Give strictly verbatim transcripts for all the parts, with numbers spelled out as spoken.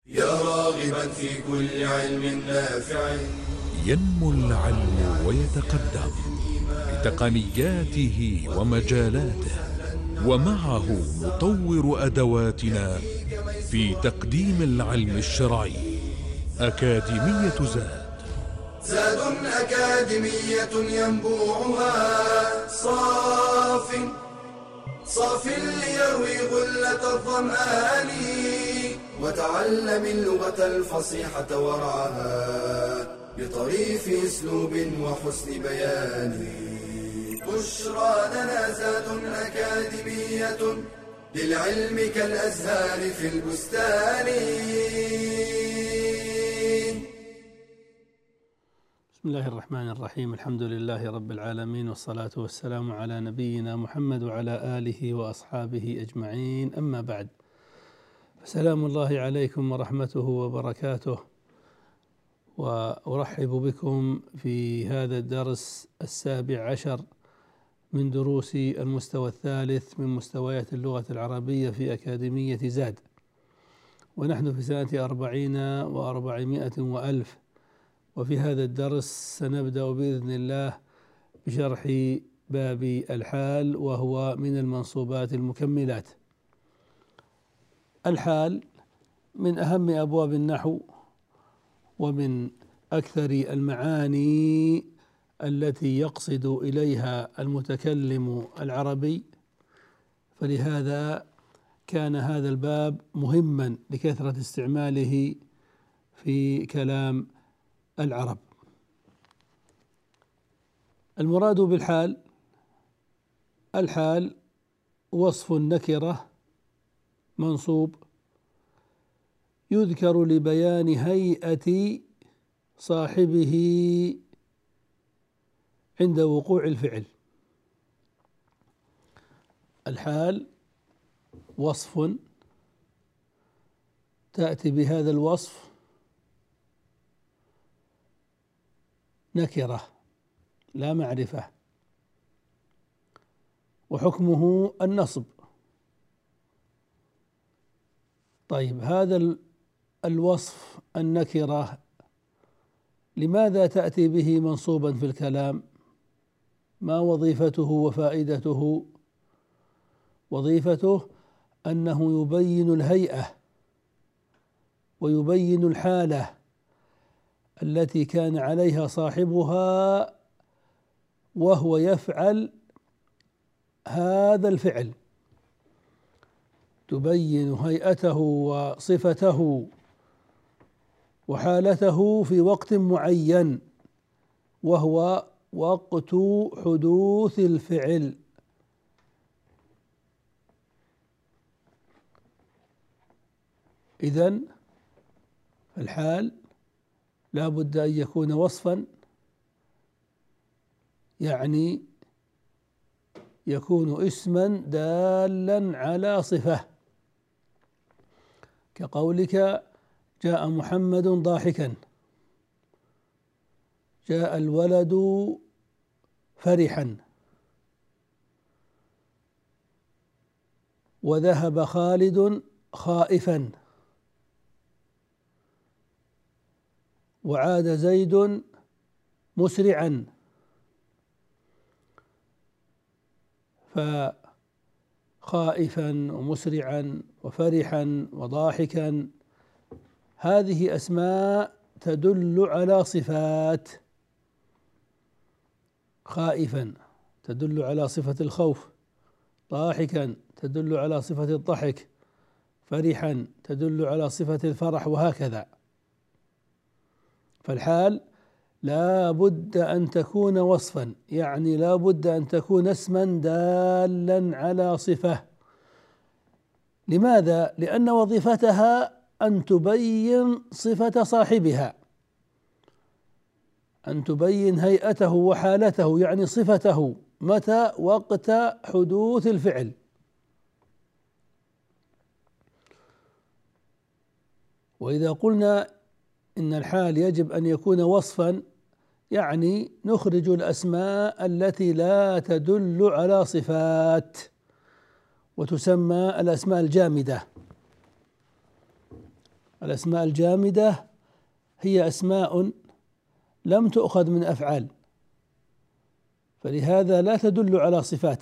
يا راغبا في كل علم نافع. ينمو العلم ويتقدم بتقنياته ومجالاته، ومعه نطور أدواتنا في تقديم العلم الشرعي. أكاديمية زاد زاد أكاديمية ينبوعها صاف صاف ليروي غلة الظمآن، وتعلم اللغة الفصيحة ورعاها بطريف اسلوب وحسن بيان. بشرى لنا زاد أكاديمية للعلم كالأزهار في البستان. بسم الله الرحمن الرحيم. الحمد لله رب العالمين، والصلاة والسلام على نبينا محمد وعلى آله وأصحابه أجمعين، أما بعد، فسلام الله عليكم ورحمته وبركاته، وأرحب بكم في هذا الدرس السابع عشر من دروس المستوى الثالث من مستويات اللغة العربية في أكاديمية زاد، ونحن في سنة أربعين وأربعمائة وألف. وفي هذا الدرس سنبدأ بإذن الله بشرح باب الحال، وهو من المنصوبات المكملات. الحال من أهم أبواب النحو، ومن أكثر المعاني التي يقصد إليها المتكلم العربي، فلهذا كان هذا الباب مهما لكثرة استعماله في كلام العرب. المراد بالحال، الحال وصف النكرة منصوب يذكر لبيان هيئة صاحبه عند وقوع الفعل. الحال وصف تأتي بهذا الوصف نكرة لا معرفة، وحكمه النصب. طيب، هذا الوصف النكرة لماذا تأتي به منصوبا في الكلام؟ ما وظيفته وفائدته؟ وظيفته أنه يبين الهيئة ويبين الحالة التي كان عليها صاحبها وهو يفعل هذا الفعل، تبين هيئته وصفته وحالته في وقت معين، وهو وقت حدوث الفعل. إذن الحال لا بد أن يكون وصفا، يعني يكون اسما دالا على صفة، كقولك جاء محمد ضاحكا، جاء الولد فرحا، وذهب خالد خائفا، وعاد زيد مسرعا. فخائفا ومسرعا وفرحا وضاحكا هذه أسماء تدل على صفات. خائفا تدل على صفة الخوف، ضاحكا تدل على صفة الضحك، فرحا تدل على صفة الفرح، وهكذا. فالحال لا بد أن تكون وصفا، يعني لا بد أن تكون اسما دالا على صفة. لماذا؟ لأن وظيفتها أن تبين صفة صاحبها، أن تبين هيئته وحالته، يعني صفته متى وقت حدوث الفعل. وإذا قلنا إن الحال يجب أن يكون وصفا، يعني نخرج الأسماء التي لا تدل على صفات، وتسمى الأسماء الجامدة. الأسماء الجامدة هي أسماء لم تؤخذ من أفعال، فلهذا لا تدل على صفات،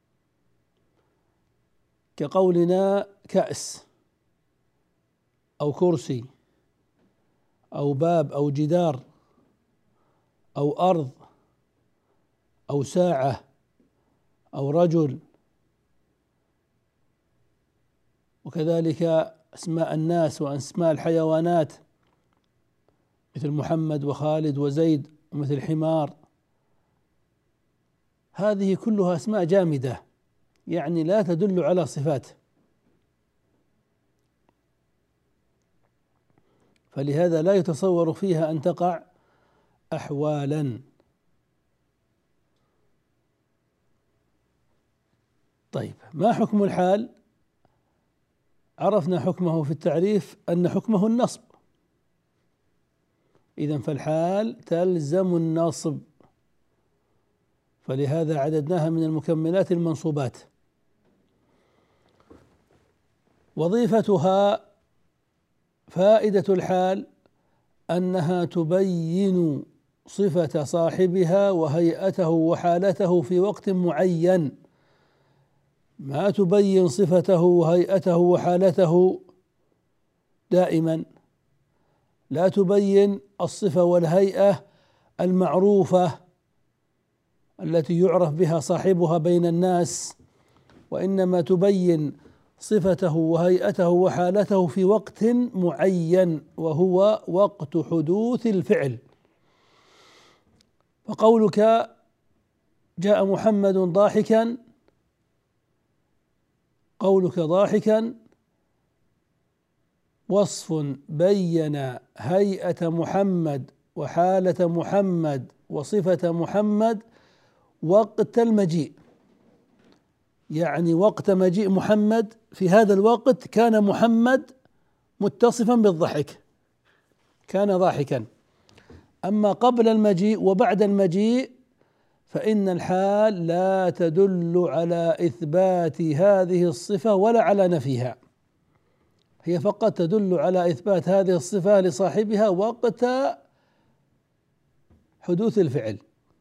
كقولنا كأس أو كرسي أو باب أو جدار أو أرض أو ساعة أو رجل، وكذلك أسماء الناس وأسماء الحيوانات مثل محمد وخالد وزيد ومثل حمار. هذه كلها أسماء جامدة يعني لا تدل على صفات، فلهذا لا يتصور فيها أن تقع أحوالا. طيب، ما حكم الحال؟ عرفنا حكمه في التعريف أن حكمه النصب، إذن فالحال تلزم النصب، فلهذا عددناها من المكملات المنصوبات. وظيفتها فائدة الحال أنها تبين صفة صاحبها وهيئته وحالته في وقت معين، ما تبين صفته وهيئته وحالته دائما، لا تبين الصفة والهيئة المعروفة التي يعرف بها صاحبها بين الناس، وإنما تبين صفته وهيئته وحالته في وقت معين وهو وقت حدوث الفعل. فقولك جاء محمد ضاحكا، قولك ضاحكا وصف بين هيئة محمد وحالة محمد وصفة محمد وقت المجيء، يعني وقت مجيء محمد في هذا الوقت كان محمد متصفا بالضحك، كان ضاحكا. أما قبل المجيء وبعد المجيء فإن الحال لا تدل على إثبات هذه الصفة ولا على نفيها، هي فقط تدل على إثبات هذه الصفة لصاحبها وقت حدوث الفعل.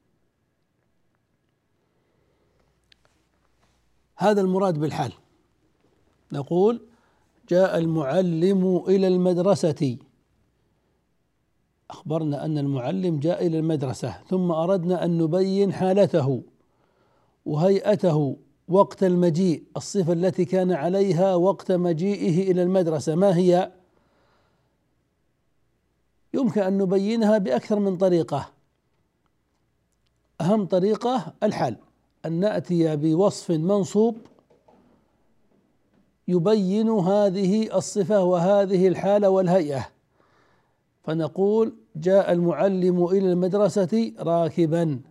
هذا المراد بالحال. نقول جاء المعلم إلى المدرسة، أخبرنا أن المعلم جاء إلى المدرسة، ثم أردنا أن نبين حالته وهيئته وقت المجيء، الصفة التي كان عليها وقت مجيئه إلى المدرسة ما هي؟ يمكن أن نبينها بأكثر من طريقة. أهم طريقة الحال، أن نأتي بوصف منصوب يبين هذه الصفة وهذه الحالة والهيئة، فنقول جاء المعلم إلى المدرسة راكبا،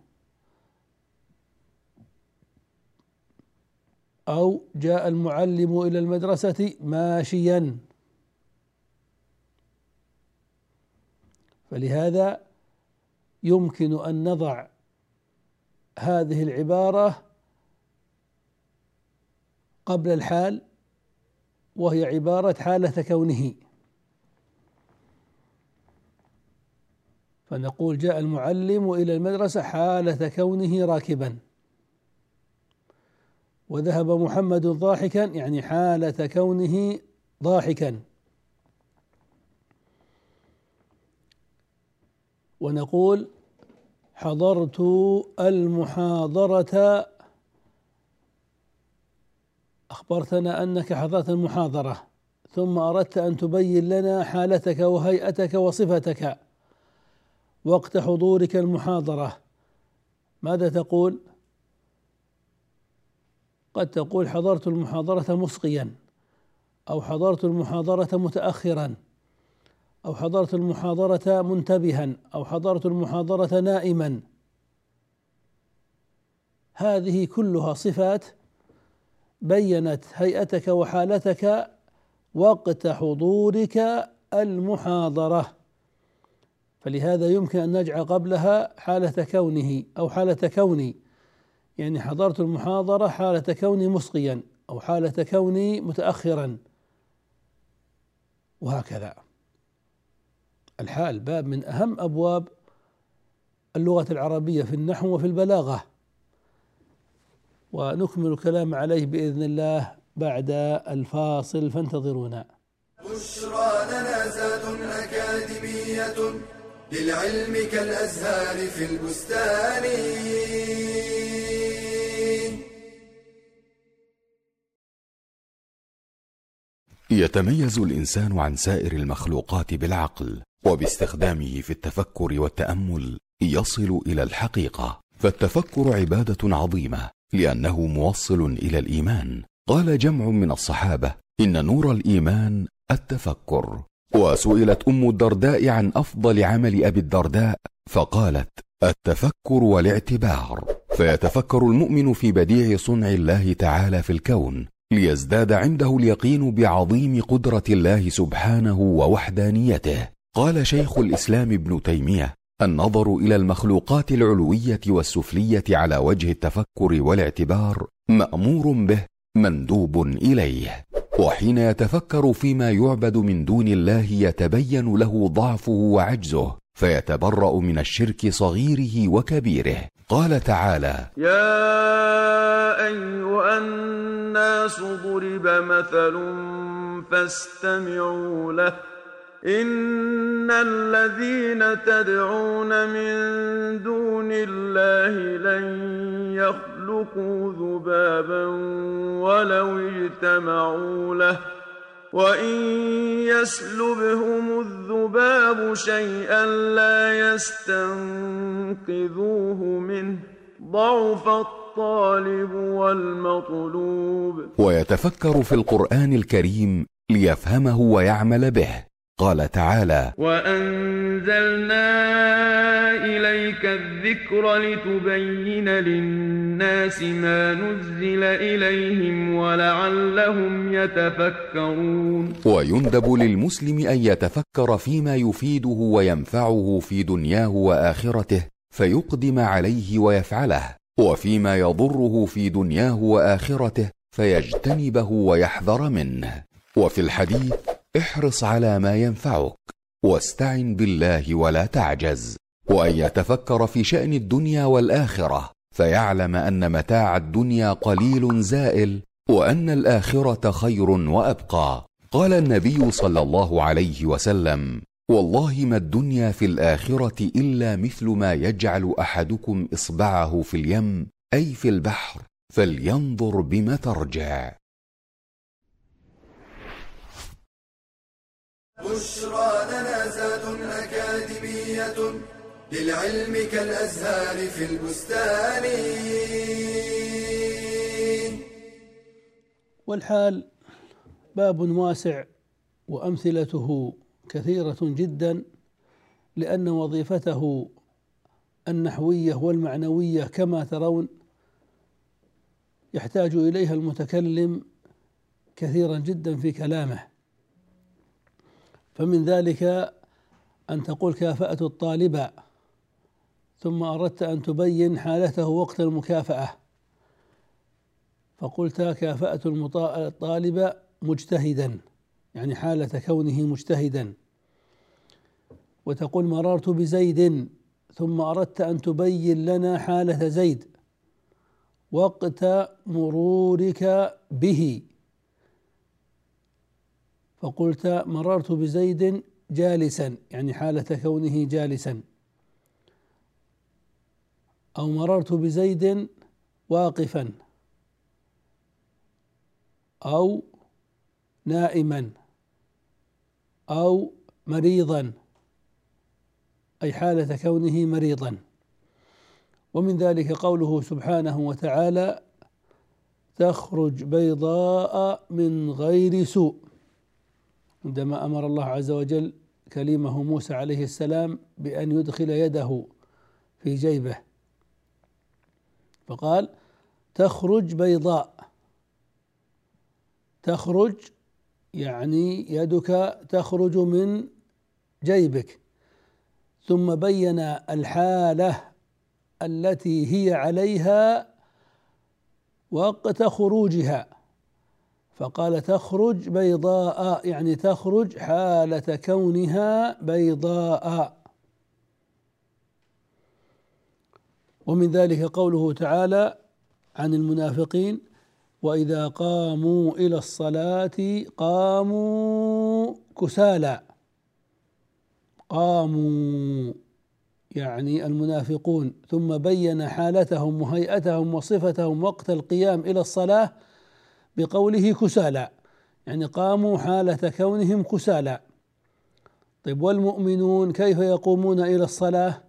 أو جاء المعلم إلى المدرسة ماشيا. فلهذا يمكن أن نضع هذه العبارة قبل الحال، وهي عبارة حالة كونه، فنقول جاء المعلم إلى المدرسة حالة كونه راكبا، وذهب محمد ضاحكا يعني حالة كونه ضاحكا. ونقول حضرت المحاضرة، أخبرتنا أنك حضرت المحاضرة ثم أردت أن تبين لنا حالتك وهيئتك وصفتك وقت حضورك المحاضرة، ماذا تقول؟ قد تقول حضرت المحاضرة مسقيا، أو حضرت المحاضرة متأخرا، أو حضرت المحاضرة منتبها، أو حضرت المحاضرة نائما. هذه كلها صفات بينت هيئتك وحالتك وقت حضورك المحاضرة، فلهذا يمكن أن نجعل قبلها حالة كونه أو حالة كوني، يعني حضرت المحاضرة حالة كوني مسقيا أو حالة كوني متأخرا، وهكذا. الحال باب من أهم أبواب اللغة العربية في النحو وفي البلاغة، ونكمل الكلام عليه بإذن الله بعد الفاصل، فانتظرونا. بشرى لنا زاد أكاديمية للعلم كالأزهار في البستان. يتميز الإنسان عن سائر المخلوقات بالعقل، وباستخدامه في التفكر والتأمل يصل إلى الحقيقة. فالتفكر عبادة عظيمة لأنه موصل إلى الإيمان. قال جمع من الصحابة: إن نور الإيمان التفكر. وسئلت أم الدرداء عن أفضل عمل أبي الدرداء فقالت: التفكر والاعتبار. فيتفكر المؤمن في بديع صنع الله تعالى في الكون ليزداد عنده اليقين بعظيم قدرة الله سبحانه ووحدانيته. قال شيخ الإسلام ابن تيمية: النظر إلى المخلوقات العلوية والسفلية على وجه التفكر والاعتبار مأمور به مندوب إليه. وحين يتفكر فيما يعبد من دون الله يتبين له ضعفه وعجزه، فيتبرأ من الشرك صغيره وكبيره. قال تعالى: يا أيها الناس ضرب مثل فاستمعوا له إن الذين تدعون من دون الله لن يخلقوا ذبابا ولو اجتمعوا له وإن يسلبهم الذباب شيئا لا يستنقذوه منه ضعف الطالب والمطلوب. ويتفكر في القرآن الكريم ليفهمه ويعمل به. قال تعالى: وأنزلنا إليك الذكر لتبين للناس ما نزل إليهم ولعلهم يتفكرون. ويندب للمسلم أن يتفكر فيما يفيده وينفعه في دنياه وآخرته فيقدم عليه ويفعله، وفيما يضره في دنياه وآخرته فيجتنبه ويحذر منه. وفي الحديث: احرص على ما ينفعك واستعن بالله ولا تعجز. وأن يتفكر في شأن الدنيا والآخرة فيعلم أن متاع الدنيا قليل زائل وأن الآخرة خير وأبقى. قال النبي صلى الله عليه وسلم: والله ما الدنيا في الآخرة إلا مثل ما يجعل أحدكم إصبعه في اليم أي في البحر فلينظر بم ترجع. بشرى لنا زاد أكاديمية للعلم كالأزهار في البستان. والحال باب واسع وأمثلته كثيرة جدا، لأن وظيفته النحوية والمعنوية كما ترون يحتاج إليها المتكلم كثيرا جدا في كلامه. فمن ذلك أن تقول كافأت الطالب، ثم أردت أن تبين حالته وقت المكافأة فقلت كافأت الطالب مجتهدا، يعني حالة كونه مجتهدا. وتقول مررت بزيد، ثم أردت أن تبين لنا حالة زيد وقت مرورك به، فقلت مررت بزيد جالسا، يعني حالة كونه جالسا. أو مررت بزيد واقفا أو نائما أو مريضا، أي حالة كونه مريضا. ومن ذلك قوله سبحانه وتعالى: تخرج بيضاء من غير سوء، عندما أمر الله عز وجل كليمه موسى عليه السلام بأن يدخل يده في جيبه، فقال: تخرج بيضاء. تخرج يعني يدك تخرج من جيبك، ثم بين الحالة التي هي عليها وقت خروجها، فقال تخرج بيضاء، يعني تخرج حالة كونها بيضاء. ومن ذلك قوله تعالى عن المنافقين: وإذا قاموا إلى الصلاة قاموا كسالى. قاموا يعني المنافقون، ثم بين حالتهم وهيئتهم وصفتهم وقت القيام إلى الصلاة بقوله كسالى، يعني قاموا حالة كونهم كسالى. طيب والمؤمنون كيف يقومون إلى الصلاة؟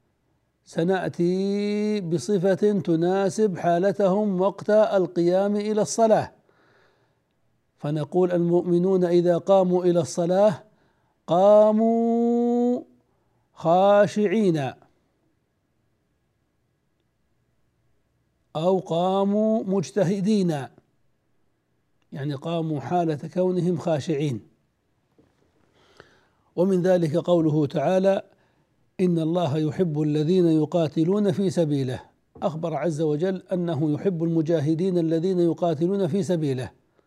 سنأتي بصفة تناسب حالتهم وقت القيام إلى الصلاة، فنقول المؤمنون إذا قاموا إلى الصلاة قاموا خاشعين أو قاموا مجتهدين، يعني قاموا حالة كونهم خاشعين. ومن ذلك قوله تعالى: إن الله يحب الذين يقاتلون في سبيله. أخبر عز وجل أنه يحب المجاهدين الذين يقاتلون في سبيله،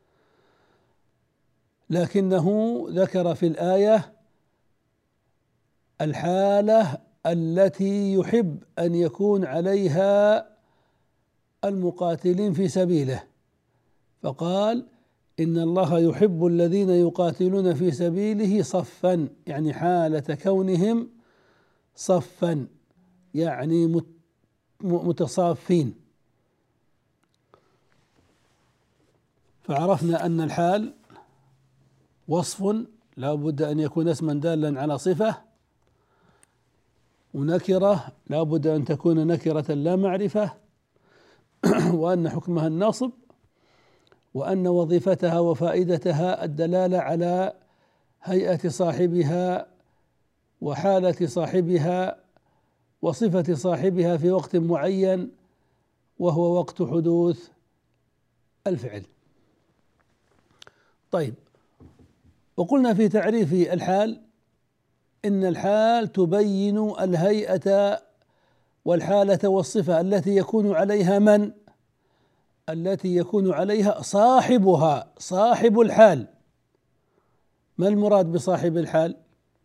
لكنه ذكر في الآية الحالة التي يحب أن يكون عليها المقاتلين في سبيله، فقال: إن الله يحب الذين يقاتلون في سبيله صفا، يعني حالة كونهم صفا، يعني متصافين. فعرفنا أن الحال وصف لا بد أن يكون اسما دالا على صفة، ونكرة لا بد أن تكون نكرة لا معرفة، وأن حكمها النصب، وأن وظيفتها وفائدتها الدلالة على هيئة صاحبها وحالة صاحبها وصفة صاحبها في وقت معين، وهو وقت حدوث الفعل. طيب، وقلنا في تعريف الحال إن الحال تبين الهيئة والحالة والصفة التي يكون عليها من؟ التي يكون عليها صاحبها، صاحب الحال. ما المراد بصاحب الحال؟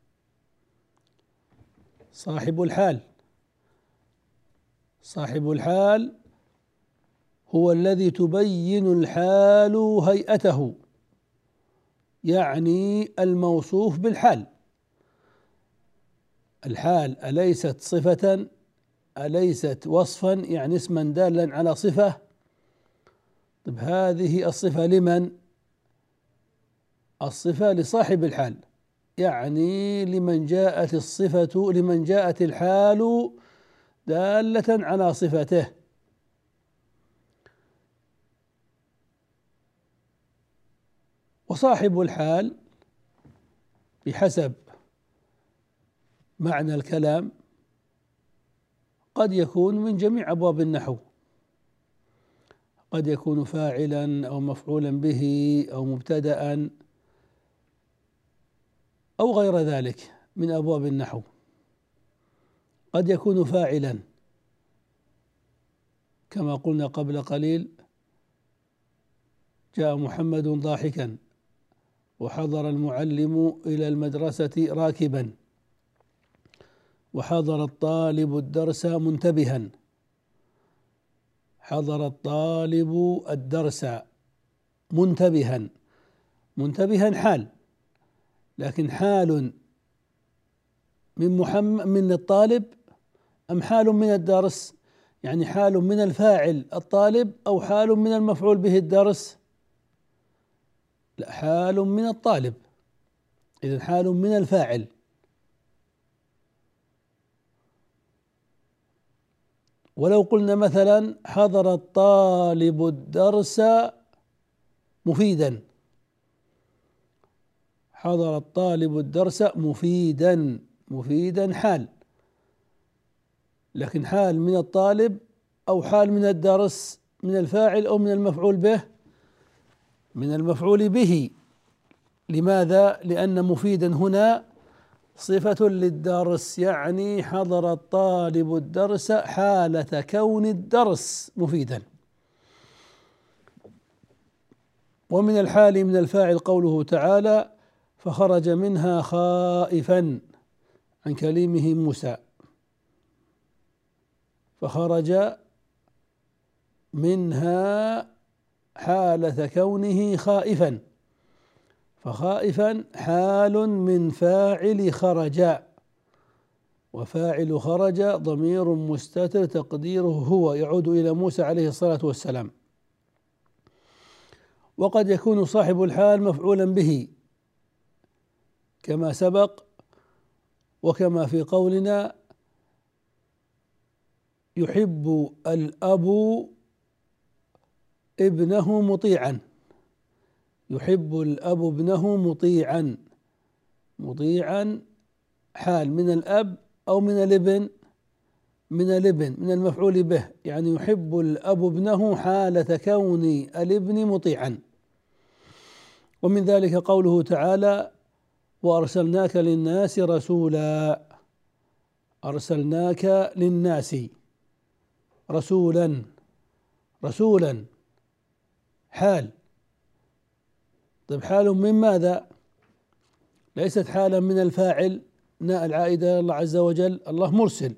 صاحب الحال صاحب الحال هو الذي تبين الحال هيئته، يعني الموصوف بالحال. الحال أليست صفة؟ أليست وصفا يعني اسما دالا على صفة؟ طيب هذه الصفة لمن؟ الصفة لصاحب الحال، يعني لمن جاءت الصفة لمن جاءت الحال دالة على صفته. وصاحب الحال بحسب معنى الكلام قد يكون من جميع أبواب النحو، قد يكون فاعلا أو مفعولا به أو مبتدأ أو غير ذلك من أبواب النحو. قد يكون فاعلا كما قلنا قبل قليل: جاء محمد ضاحكا، وحضر المعلم إلى المدرسة راكبا، وحضر الطالب الدرس منتبها. حضر الطالب الدرس منتبها، منتبها حال، لكن حال من محمد من الطالب أم حال من الدرس؟ يعني حال من الفاعل الطالب أو حال من المفعول به الدرس؟ لا، حال من الطالب، إذن حال من الفاعل. ولو قلنا مثلا: حضر الطالب الدرس مفيدا، حضر الطالب الدرس مفيدا، مفيدا حال، لكن حال من الطالب أو حال من الدرس، من الفاعل أو من المفعول به؟ من المفعول به. لماذا؟ لأن مفيدا هنا صفة للدرس، يعني حضر الطالب الدرس حالة كون الدرس مفيدا. ومن الحال من الفاعل قوله تعالى فخرج منها خائفا عن كليمه موسى، فخرج منها حالة كونه خائفا، فخائفا حال من فاعل خرج، وفاعل خرج ضمير مستتر تقديره هو يعود إلى موسى عليه الصلاة والسلام. وقد يكون صاحب الحال مفعولا به كما سبق، وكما في قولنا يحب الأب ابنه مطيعا، يحب الأب ابنه مطيعا، مطيعا حال من الأب أو من الابن، من الابن من المفعول به، يعني يحب الأب ابنه حالة كون الابن مطيعا. ومن ذلك قوله تعالى وأرسلناك للناس رسولا، أرسلناك للناس رسولا، رسولا حال. طيب حال من ماذا؟ ليست حالا من الفاعل ناء العائدة إلى الله عز وجل، الله مرسل.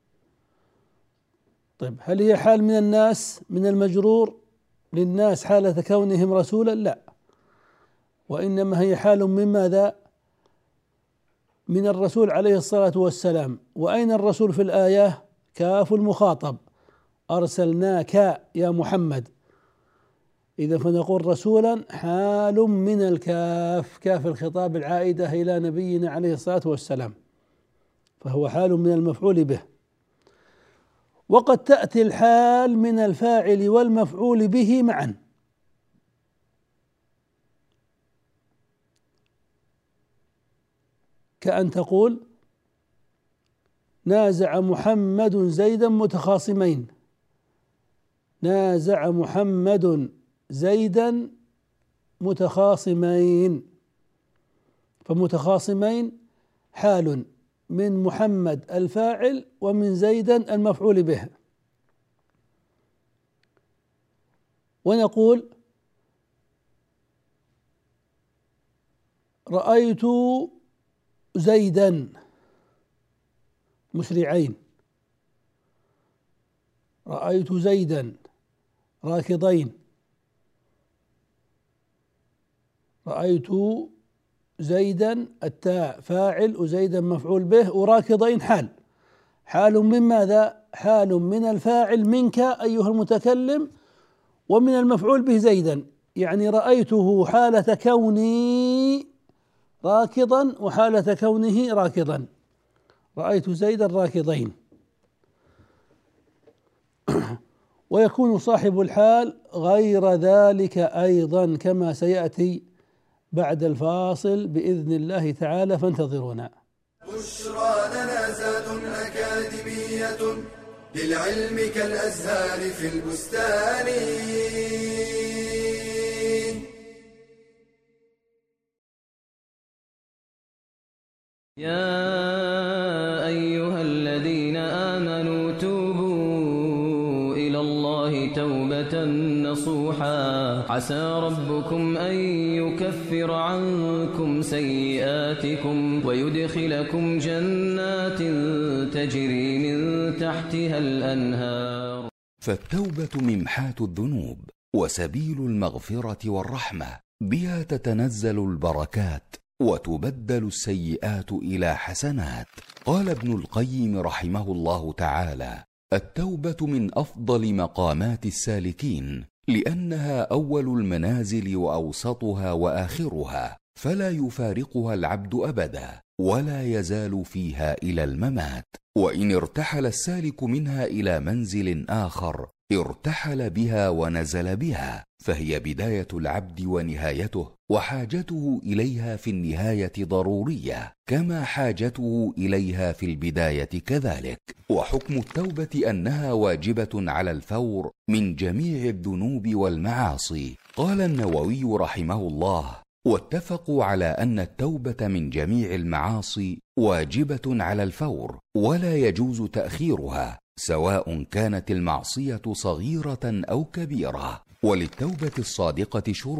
طيب هل هي حال من الناس من المجرور للناس حالة كونهم رسولا؟ لا، وإنما هي حال من ماذا؟ من الرسول عليه الصلاة والسلام. وأين الرسول في الآية؟ كاف المخاطب، أرسلناك يا محمد. إذا فنقول رسولا حال من الكاف، كاف الخطاب العائدة إلى نبينا عليه الصلاة والسلام، فهو حال من المفعول به. وقد تأتي الحال من الفاعل والمفعول به معا، كأن تقول نازع محمد زيدا متخاصمين، نازع محمد زيدا متخاصمين، فمتخاصمين حال من محمد الفاعل ومن زيدا المفعول به. ونقول رأيت زيدا مسرعين، رأيت زيدا راكضين، رأيت زيدا التاء فاعل وزيدا مفعول به وراكضين حال. حال من ماذا؟ حال من الفاعل منك أيها المتكلم ومن المفعول به زيدا، يعني رأيته حالة كوني راكضا وحالة كونه راكضا، رأيت زيدا راكضين. ويكون صاحب الحال غير ذلك أيضا كما سيأتي بعد الفاصل بإذن الله تعالى، فانتظرونا. بشرى لنا زاد أكاديمية للعلم كالأزهار في البستان. يا أيها الذين آمنوا توبوا إلى الله توبة نصوحا عسى ربكم أن يكفر عنكم سيئاتكم ويدخلكم جنات تجري من تحتها الأنهار. فالتوبة ممحات الذنوب وسبيل المغفرة والرحمة، بها تتنزل البركات وتبدل السيئات إلى حسنات. قال ابن القيم رحمه الله تعالى: التوبة من أفضل مقامات السالكين، لأنها أول المنازل وأوسطها وآخرها، فلا يفارقها العبد أبدا ولا يزال فيها إلى الممات. وإن ارتحل السالك منها إلى منزل آخر ارتحل بها ونزل بها، فهي بداية العبد ونهايته، وحاجته إليها في النهاية ضرورية كما حاجته إليها في البداية كذلك. وحكم التوبة أنها واجبة على الفور من جميع الذنوب والمعاصي. قال النووي رحمه الله: واتفقوا على أن التوبة من جميع المعاصي واجبة على الفور، ولا يجوز تأخيرها سواء كانت المعصية صغيرة أو كبيرة. وللتوبة الصادقة شروط،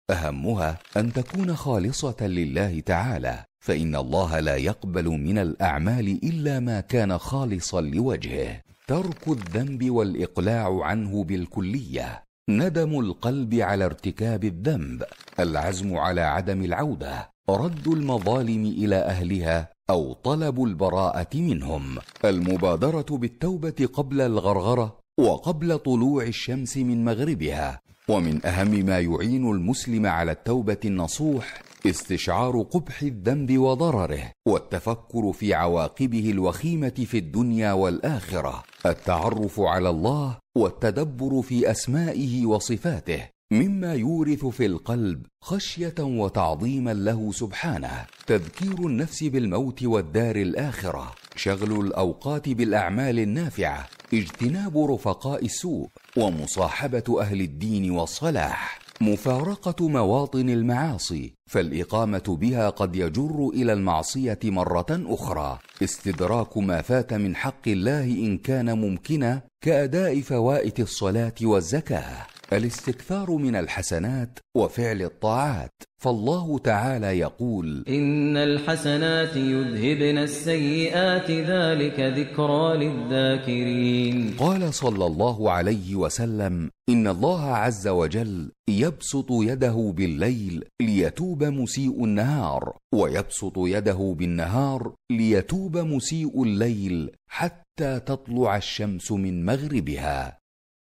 أهمها أن تكون خالصة لله تعالى، فإن الله لا يقبل من الأعمال إلا ما كان خالصا لوجهه. ترك الذنب والإقلاع عنه بالكلية، ندم القلب على ارتكاب الذنب، العزم على عدم العودة، رد المظالم إلى أهلها أو طلب البراءة منهم، المبادرة بالتوبة قبل الغرغرة وقبل طلوع الشمس من مغربها. ومن أهم ما يعين المسلم على التوبة النصوح استشعار قبح الذنب وضرره، والتفكر في عواقبه الوخيمة في الدنيا والآخرة، التعرف على الله والتدبر في أسمائه وصفاته، مما يورث في القلب خشية وتعظيما له سبحانه، تذكير النفس بالموت والدار الآخرة، شغل الأوقات بالأعمال النافعة، اجتناب رفقاء السوء، ومصاحبة أهل الدين والصلاح، مفارقة مواطن المعاصي، فالإقامة بها قد يجر إلى المعصية مرة أخرى، استدراك ما فات من حق الله إن كان ممكنا كأداء فوائت الصلاة والزكاة، الاستكثار من الحسنات وفعل الطاعات، فالله تعالى يقول: إن الحسنات يذهبن السيئات ذلك ذكرى للذاكرين. قال صلى الله عليه وسلم: إن الله عز وجل يبسط يده بالليل ليتوب مسيء النهار، ويبسط يده بالنهار ليتوب مسيء الليل حتى تطلع الشمس من مغربها.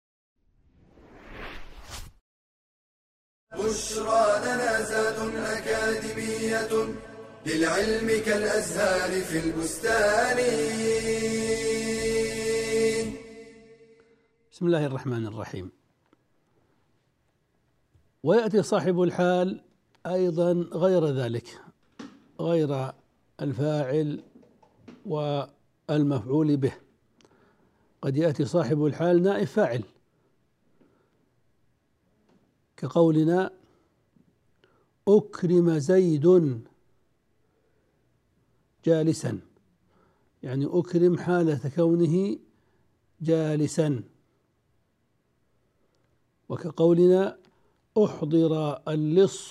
بشرى لنا زاد أكاديمية للعلم كالأزهار في البستان. بسم الله الرحمن الرحيم. ويأتي صاحب الحال أيضا غير ذلك، غير الفاعل والمفعول به، قد يأتي صاحب الحال نائب فاعل، كقولنا أكرم زيد جالسا، يعني أكرم حالة كونه جالسا. وكقولنا أحضر اللص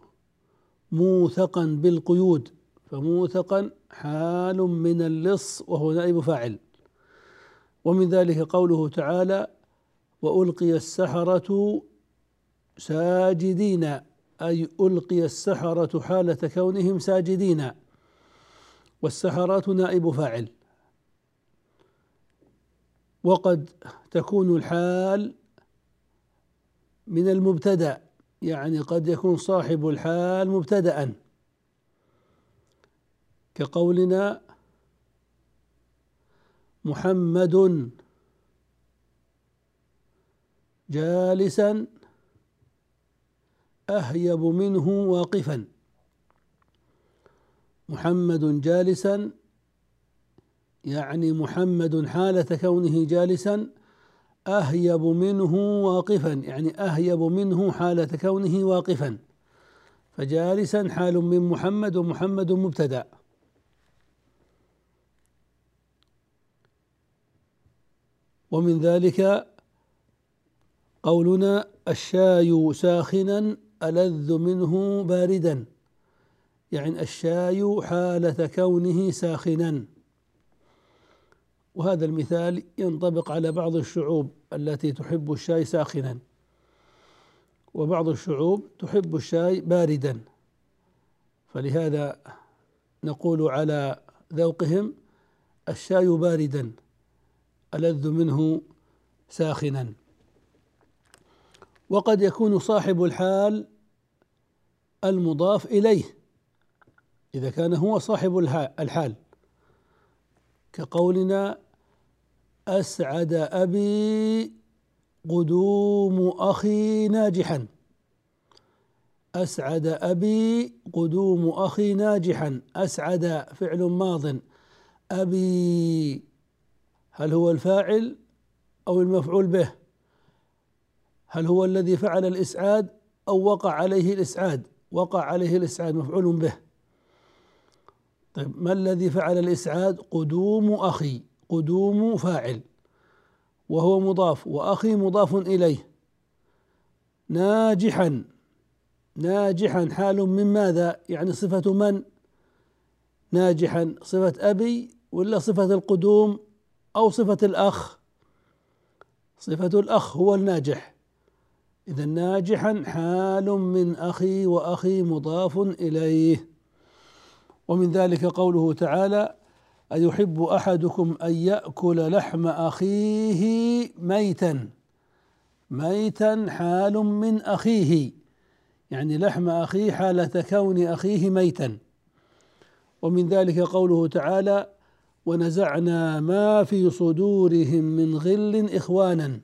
موثقا بالقيود، فموثقا حال من اللص وهو نائب فاعل. ومن ذلك قوله تعالى: وألقي السحرة ساجدين، أي ألقي السحرة حالة كونهم ساجدين، والسحرة نائب فاعل. وقد تكون الحال من المبتدأ، يعني قد يكون صاحب الحال مبتدأ، كقولنا محمد جالسا أهيب منه واقفا. محمد جالسا يعني محمد حالة كونه جالسا أهيب منه واقفا، يعني أهيب منه حالة كونه واقفا، فجالسا حال من محمد، ومحمد مبتدأ. ومن ذلك قولنا الشاي ساخنا ألذ منه باردا، يعني الشاي حالة كونه ساخنا. وهذا المثال ينطبق على بعض الشعوب التي تحب الشاي ساخنا، وبعض الشعوب تحب الشاي باردا، فلهذا نقول على ذوقهم الشاي باردا ألذ منه ساخنا. وقد يكون صاحب الحال المضاف إليه إذا كان هو صاحب الحال، كقولنا أسعد أبي قدوم أخي ناجحا. أسعد أبي قدوم أخي ناجحا، أسعد فعل ماض، أبي هل هو الفاعل أو المفعول به؟ هل هو الذي فعل الإسعاد أو وقع عليه الإسعاد؟ وقع عليه الإسعاد مفعول به. طيب ما الذي فعل الإسعاد؟ قدوم أخي، قدوم فاعل وهو مضاف، وأخي مضاف إليه. ناجحا، ناجحا حال من ماذا؟ يعني صفة من؟ ناجحا صفة أبي ولا صفة القدوم أو صفة الأخ؟ صفة الأخ هو الناجح. إذا ناجحا حال من أخي، وأخي مضاف إليه. ومن ذلك قوله تعالى: أيحب أحدكم أن يأكل لحم أخيه ميتا. ميتا حال من أخيه، يعني لحم أخيه حالة كون أخيه ميتا. ومن ذلك قوله تعالى: ونزعنا ما في صدورهم من غل إخوانا.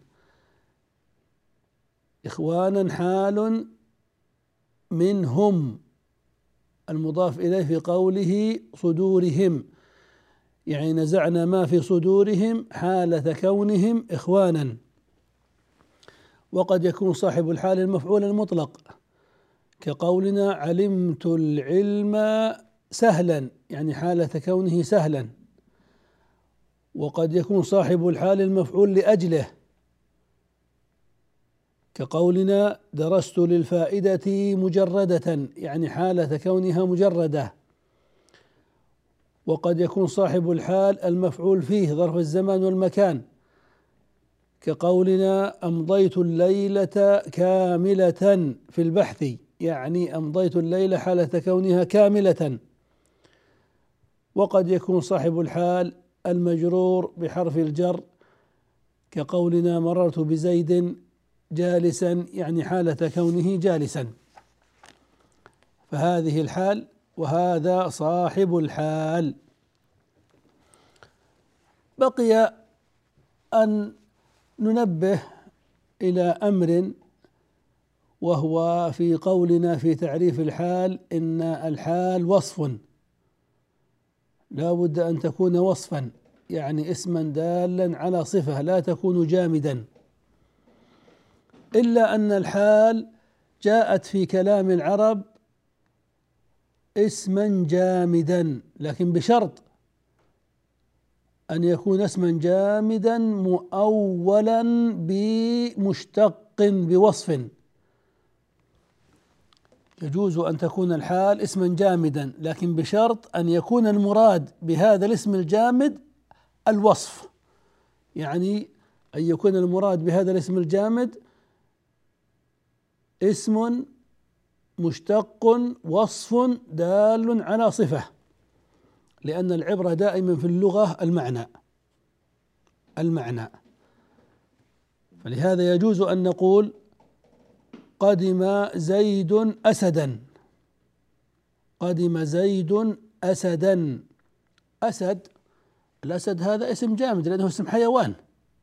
إخوانا حال منهم، المضاف إليه في قوله صدورهم، يعني نزعنا ما في صدورهم حالة كونهم إخوانا. وقد يكون صاحب الحال المفعول المطلق، كقولنا علمت العلم سهلا، يعني حالة كونه سهلا. وقد يكون صاحب الحال المفعول لأجله، كقولنا درست للفائدة مجردة، يعني حالة كونها مجردة. وقد يكون صاحب الحال المفعول فيه ظرف الزمان والمكان، كقولنا أمضيت الليلة كاملة في البحث، يعني أمضيت الليلة حالة كونها كاملة. وقد يكون صاحب الحال المجرور بحرف الجر، كقولنا مررت بزيد جالسا، يعني حالة كونه جالسا. فهذه الحال وهذا صاحب الحال. بقي أن ننبه إلى أمر، وهو في قولنا في تعريف الحال إن الحال وصف، لا بد أن تكون وصفا، يعني اسما دالا على صفة، لا تكون جامدا. إلا أن الحال جاءت في كلام العرب اسما جامدا، لكن بشرط أن يكون اسما جامدا مؤولا بمشتق بوصف. يجوز أن تكون الحال اسما جامدا، لكن بشرط أن يكون المراد بهذا الاسم الجامد الوصف، يعني أن يكون المراد بهذا الاسم الجامد اسم مشتق وصف دال على صفة، لأن العبرة دائما في اللغة المعنى المعنى فلهذا يجوز أن نقول قدم زيد أسدا. قدم زيد أسدا. أسد، الأسد هذا اسم جامد لأنه اسم حيوان،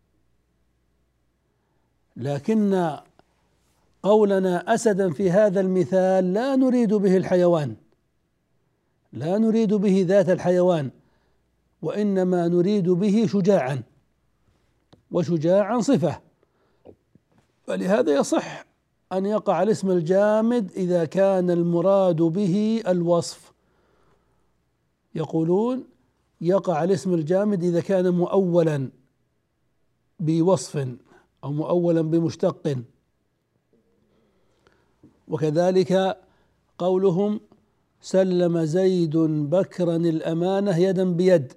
لكن قولنا أسدا في هذا المثال لا نريد به الحيوان، لا نريد به ذات الحيوان، وإنما نريد به شجاعا، وشجاعا صفة. فلهذا يصح أن يقع الاسم الجامد إذا كان المراد به الوصف. يقولون يقع الاسم الجامد إذا كان مؤولا بوصف أو مؤولا بمشتق. وكذلك قولهم سلم زيد بكرا الأمانة يدا بيد.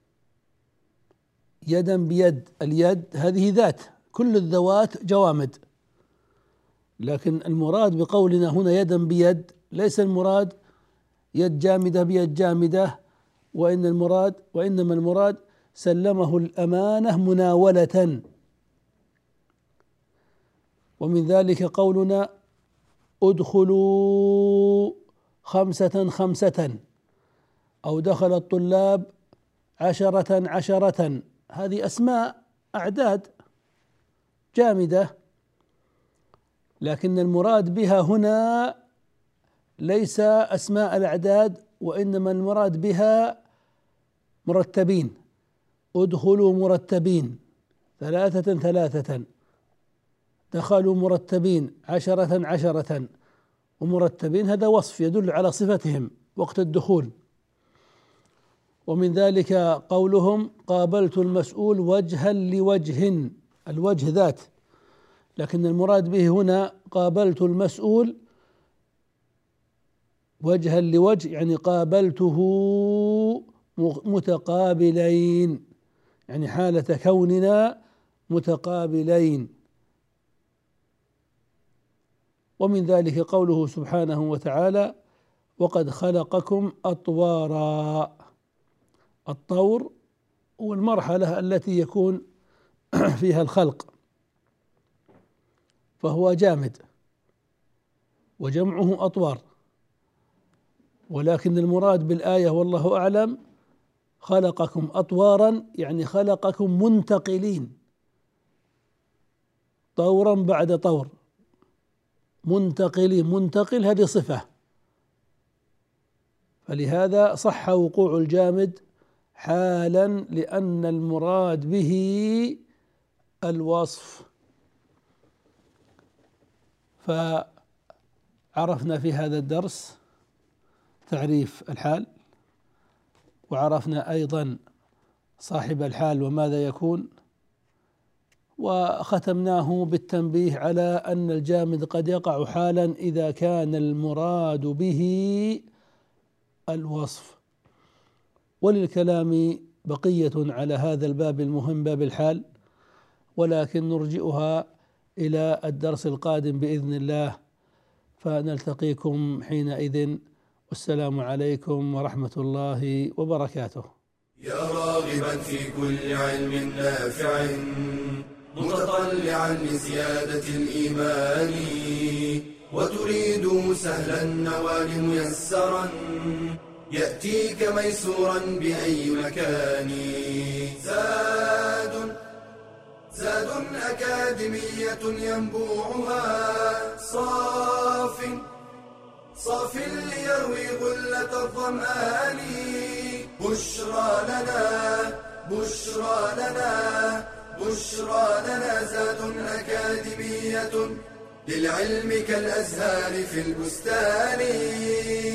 يدا بيد، اليد هذه ذات، كل الذوات جوامد، لكن المراد بقولنا هنا يدا بيد ليس المراد يد جامدة بيد جامدة، وإن المراد وإنما المراد سلمه الأمانة مناولة. ومن ذلك قولنا ادخلوا خمسة خمسة، أو دخل الطلاب عشرة عشرة، هذه أسماء أعداد جامدة، لكن المراد بها هنا ليس أسماء الأعداد، وإنما المراد بها مرتبين. ادخلوا مرتبين ثلاثة ثلاثة، دخلوا مرتبين عشرة عشرة، ومرتبين هذا وصف يدل على صفتهم وقت الدخول. ومن ذلك قولهم قابلت المسؤول وجها لوجه، الوجه ذات، لكن المراد به هنا قابلت المسؤول وجها لوجه يعني قابلته متقابلين، يعني حالة كوننا متقابلين. ومن ذلك قوله سبحانه وتعالى: وقد خلقكم أطوارا. الطور هو المرحلة التي يكون فيها الخلق، فهو جامد وجمعه أطوار، ولكن المراد بالآية والله أعلم خلقكم أطوارا، يعني خلقكم منتقلين، طورا بعد طور، منتقلين. منتقل هذه صفة، فلهذا صح وقوع الجامد حالا، لأن المراد به الوصف. فعرفنا في هذا الدرس تعريف الحال، وعرفنا أيضا صاحب الحال وماذا يكون، وختمناه بالتنبيه على أن الجامد قد يقع حالا إذا كان المراد به الوصف. وللكلام بقية على هذا الباب المهم، باب الحال، ولكن نرجئها إلى الدرس القادم بإذن الله، فنلتقيكم حينئذ، والسلام عليكم ورحمة الله وبركاته. يا راغبا في كل علم نافع متطلعا لزيادة الإيمان، وتريد سهلا النوال ميسرا يأتيك ميسورا بأي مكان. زاد زاد أكاديمية ينبوعها صاف صاف ليروي غلة الظمآن. بشرى لنا بشرى لنا بشرى لنا زاد أكاديمية للعلم كالأزهار في البستان.